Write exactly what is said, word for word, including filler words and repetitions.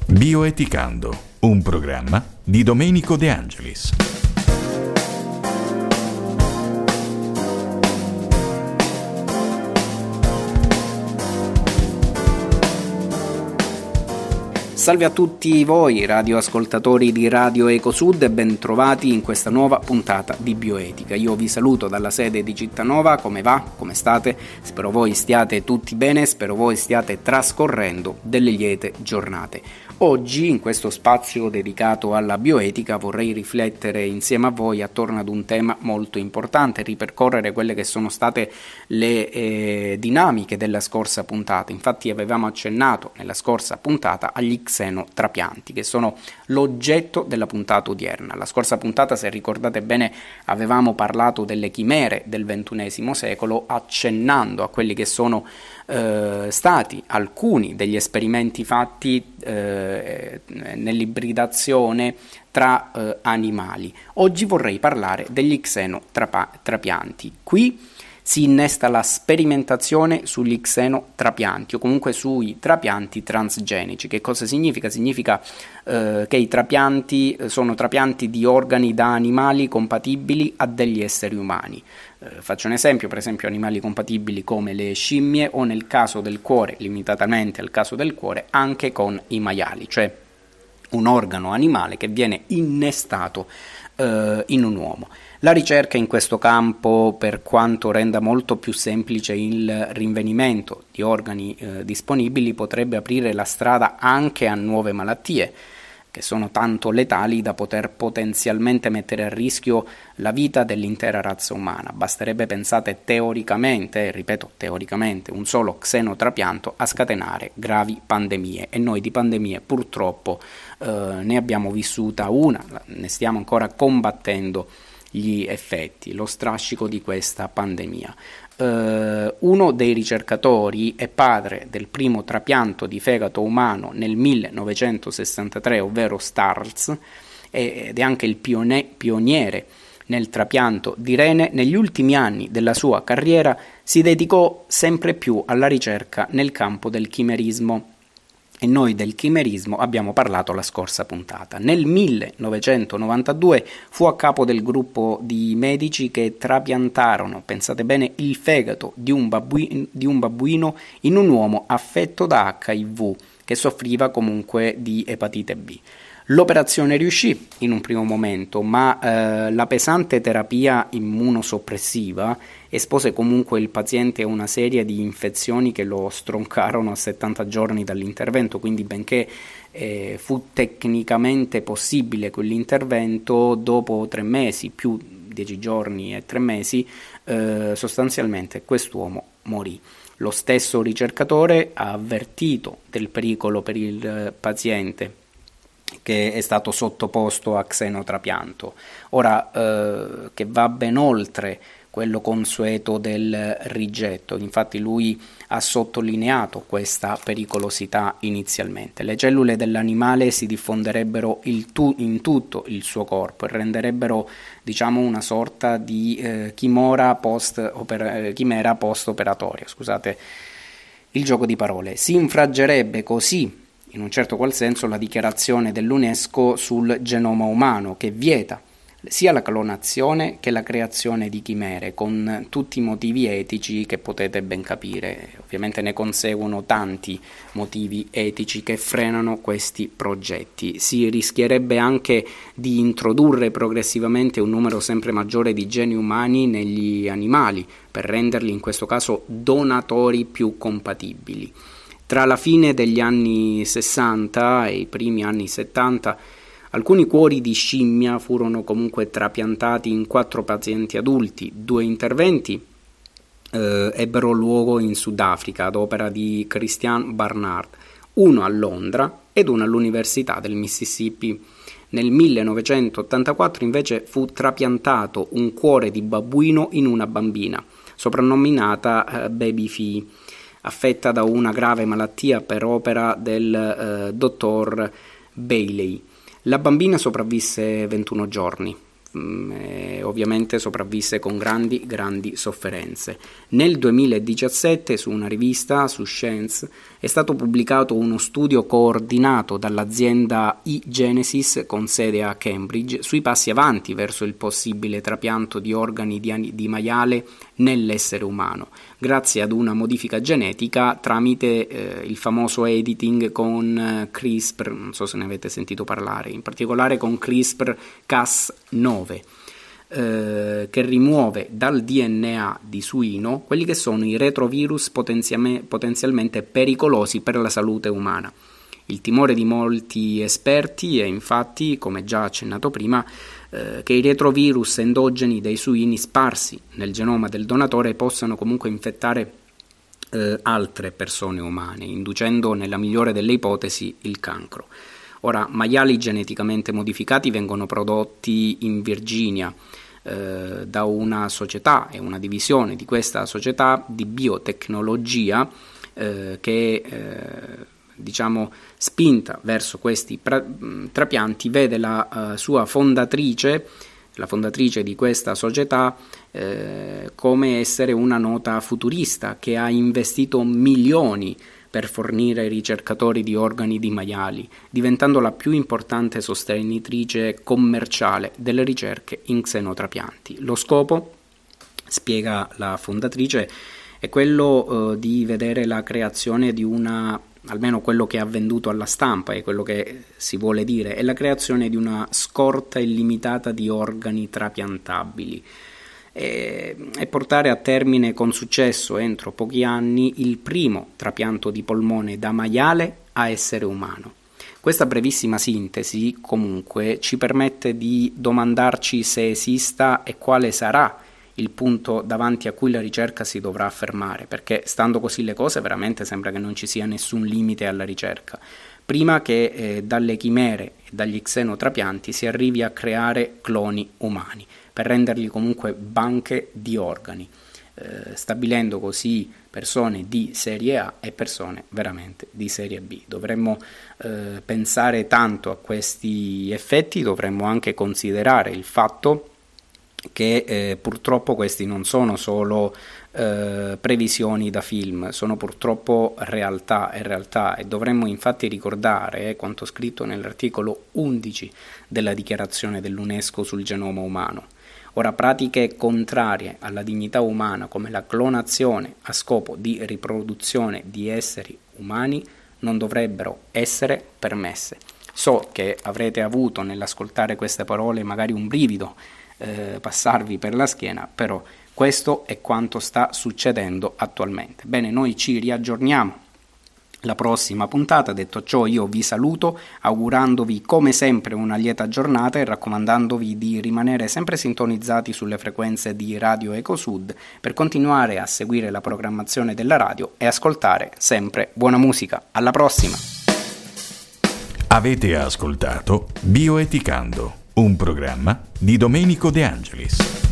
Bioeticando, un programma di Domenico De Angelis. Salve a tutti voi radioascoltatori di Radio Ecosud e ben trovati in questa nuova puntata di Bioetica. Io vi saluto dalla sede di Cittanova, come va? Come state? Spero voi stiate tutti bene, spero voi stiate trascorrendo delle liete giornate. Oggi, in questo spazio dedicato alla bioetica, vorrei riflettere insieme a voi attorno ad un tema molto importante, ripercorrere quelle che sono state le eh, dinamiche della scorsa puntata. Infatti avevamo accennato nella scorsa puntata agli xenotrapianti, che sono l'oggetto della puntata odierna. La scorsa puntata, se ricordate bene, avevamo parlato delle chimere del ventunesimo secolo, accennando a quelli che sono eh, stati alcuni degli esperimenti fatti eh, nell'ibridazione tra eh, animali. Oggi vorrei parlare degli xenotrapianti. Qui si innesta la sperimentazione sugli xenotrapianti o comunque sui trapianti transgenici. Che cosa significa? Significa eh, che i trapianti sono trapianti di organi da animali compatibili a degli esseri umani. Eh, faccio un esempio, per esempio animali compatibili come le scimmie o nel caso del cuore, limitatamente al caso del cuore, anche con i maiali, cioè un organo animale che viene innestato eh, in un uomo. La ricerca in questo campo, per quanto renda molto più semplice il rinvenimento di organi eh, disponibili, potrebbe aprire la strada anche a nuove malattie che sono tanto letali da poter potenzialmente mettere a rischio la vita dell'intera razza umana. Basterebbe, pensate, teoricamente, ripeto teoricamente, un solo xenotrapianto a scatenare gravi pandemie, e noi di pandemie purtroppo eh, ne abbiamo vissuta una, ne stiamo ancora combattendo gli effetti, lo strascico di questa pandemia. Uh, uno dei ricercatori è padre del primo trapianto di fegato umano nel millenovecentosessantatré, ovvero Starls, ed è anche il pione- pioniere nel trapianto di rene. Negli ultimi anni della sua carriera si dedicò sempre più alla ricerca nel campo del chimerismo, e noi del chimerismo abbiamo parlato la scorsa puntata. Nel millenovecentonovantadue fu a capo del gruppo di medici che trapiantarono, pensate bene, il fegato di un, babbuino, di un babbuino in un uomo affetto da acca i vu, che soffriva comunque di epatite B. L'operazione riuscì in un primo momento, ma eh, la pesante terapia immunosoppressiva espose comunque il paziente a una serie di infezioni che lo stroncarono a settanta giorni dall'intervento, quindi benché eh, fu tecnicamente possibile quell'intervento, dopo tre mesi, più dieci giorni e tre mesi, eh, sostanzialmente quest'uomo morì. Lo stesso ricercatore ha avvertito del pericolo per il eh, paziente che è stato sottoposto a xenotrapianto, ora eh, che va ben oltre quello consueto del rigetto. Infatti lui ha sottolineato questa pericolosità inizialmente. Le cellule dell'animale si diffonderebbero il tu- in tutto il suo corpo e renderebbero, diciamo, una sorta di eh, chimora post oper- chimera post-operatoria, scusate il gioco di parole. Si infrangerebbe così, in un certo qual senso, la dichiarazione dell'UNESCO sul genoma umano, che vieta sia la clonazione che la creazione di chimere, con tutti i motivi etici che potete ben capire. Ovviamente ne conseguono tanti motivi etici che frenano questi progetti. Si rischierebbe anche di introdurre progressivamente un numero sempre maggiore di geni umani negli animali, per renderli in questo caso donatori più compatibili. Tra la fine degli anni sessanta e i primi anni settanta, alcuni cuori di scimmia furono comunque trapiantati in quattro pazienti adulti. Due interventi eh, ebbero luogo in Sudafrica ad opera di Christian Barnard, uno a Londra ed uno all'Università del Mississippi. Nel millenovecentottantaquattro invece fu trapiantato un cuore di babbuino in una bambina, soprannominata eh, Baby Fee, affetta da una grave malattia per opera del eh, dottor Bailey. La bambina sopravvisse ventuno giorni. e ovviamente sopravvisse con grandi grandi sofferenze. Nel duemiladiciassette su una rivista, su Science, è stato pubblicato uno studio coordinato dall'azienda eGenesis con sede a Cambridge sui passi avanti verso il possibile trapianto di organi di, di maiale nell'essere umano, grazie ad una modifica genetica tramite eh, il famoso editing con eh, CRISPR, non so se ne avete sentito parlare, in particolare con CRISPR Cas nove, eh, che rimuove dal D N A di suino quelli che sono i retrovirus potenzialmente pericolosi per la salute umana. Il timore di molti esperti è infatti, come già accennato prima, eh, che i retrovirus endogeni dei suini sparsi nel genoma del donatore possano comunque infettare eh, altre persone umane, inducendo nella migliore delle ipotesi il cancro. Ora, maiali geneticamente modificati vengono prodotti in Virginia eh, da una società e una divisione di questa società di biotecnologia eh, che eh, diciamo spinta verso questi pra- trapianti vede la uh, sua fondatrice, la fondatrice di questa società eh, come essere una nota futurista che ha investito milioni per fornire ai ricercatori di organi di maiali, diventando la più importante sostenitrice commerciale delle ricerche in xenotrapianti. Lo scopo, spiega la fondatrice, è quello eh, di vedere la creazione di una, almeno quello che ha venduto alla stampa e quello che si vuole dire, è la creazione di una scorta illimitata di organi trapiantabili e, e portare a termine con successo entro pochi anni il primo trapianto di polmone da maiale a essere umano. Questa brevissima sintesi comunque ci permette di domandarci se esista e quale sarà il punto davanti a cui la ricerca si dovrà affermare, perché stando così le cose veramente sembra che non ci sia nessun limite alla ricerca, prima che eh, dalle chimere e dagli xenotrapianti si arrivi a creare cloni umani, per renderli comunque banche di organi, eh, stabilendo così persone di serie A e persone veramente di serie B. Dovremmo eh, pensare tanto a questi effetti, dovremmo anche considerare il fatto che eh, purtroppo questi non sono solo eh, previsioni da film, sono purtroppo realtà e realtà e dovremmo infatti ricordare eh, quanto scritto nell'articolo undici della dichiarazione dell'UNESCO sul genoma umano. Ora, pratiche contrarie alla dignità umana come la clonazione a scopo di riproduzione di esseri umani non dovrebbero essere permesse. So che avrete avuto nell'ascoltare queste parole magari un brivido Eh, passarvi per la schiena, però questo è quanto sta succedendo attualmente. Bene, noi ci riaggiorniamo la prossima puntata. Detto ciò, io vi saluto augurandovi come sempre una lieta giornata e raccomandandovi di rimanere sempre sintonizzati sulle frequenze di Radio Ecosud per continuare a seguire la programmazione della radio e ascoltare sempre buona musica. Alla prossima! Avete ascoltato Bioeticando, un programma di Domenico De Angelis.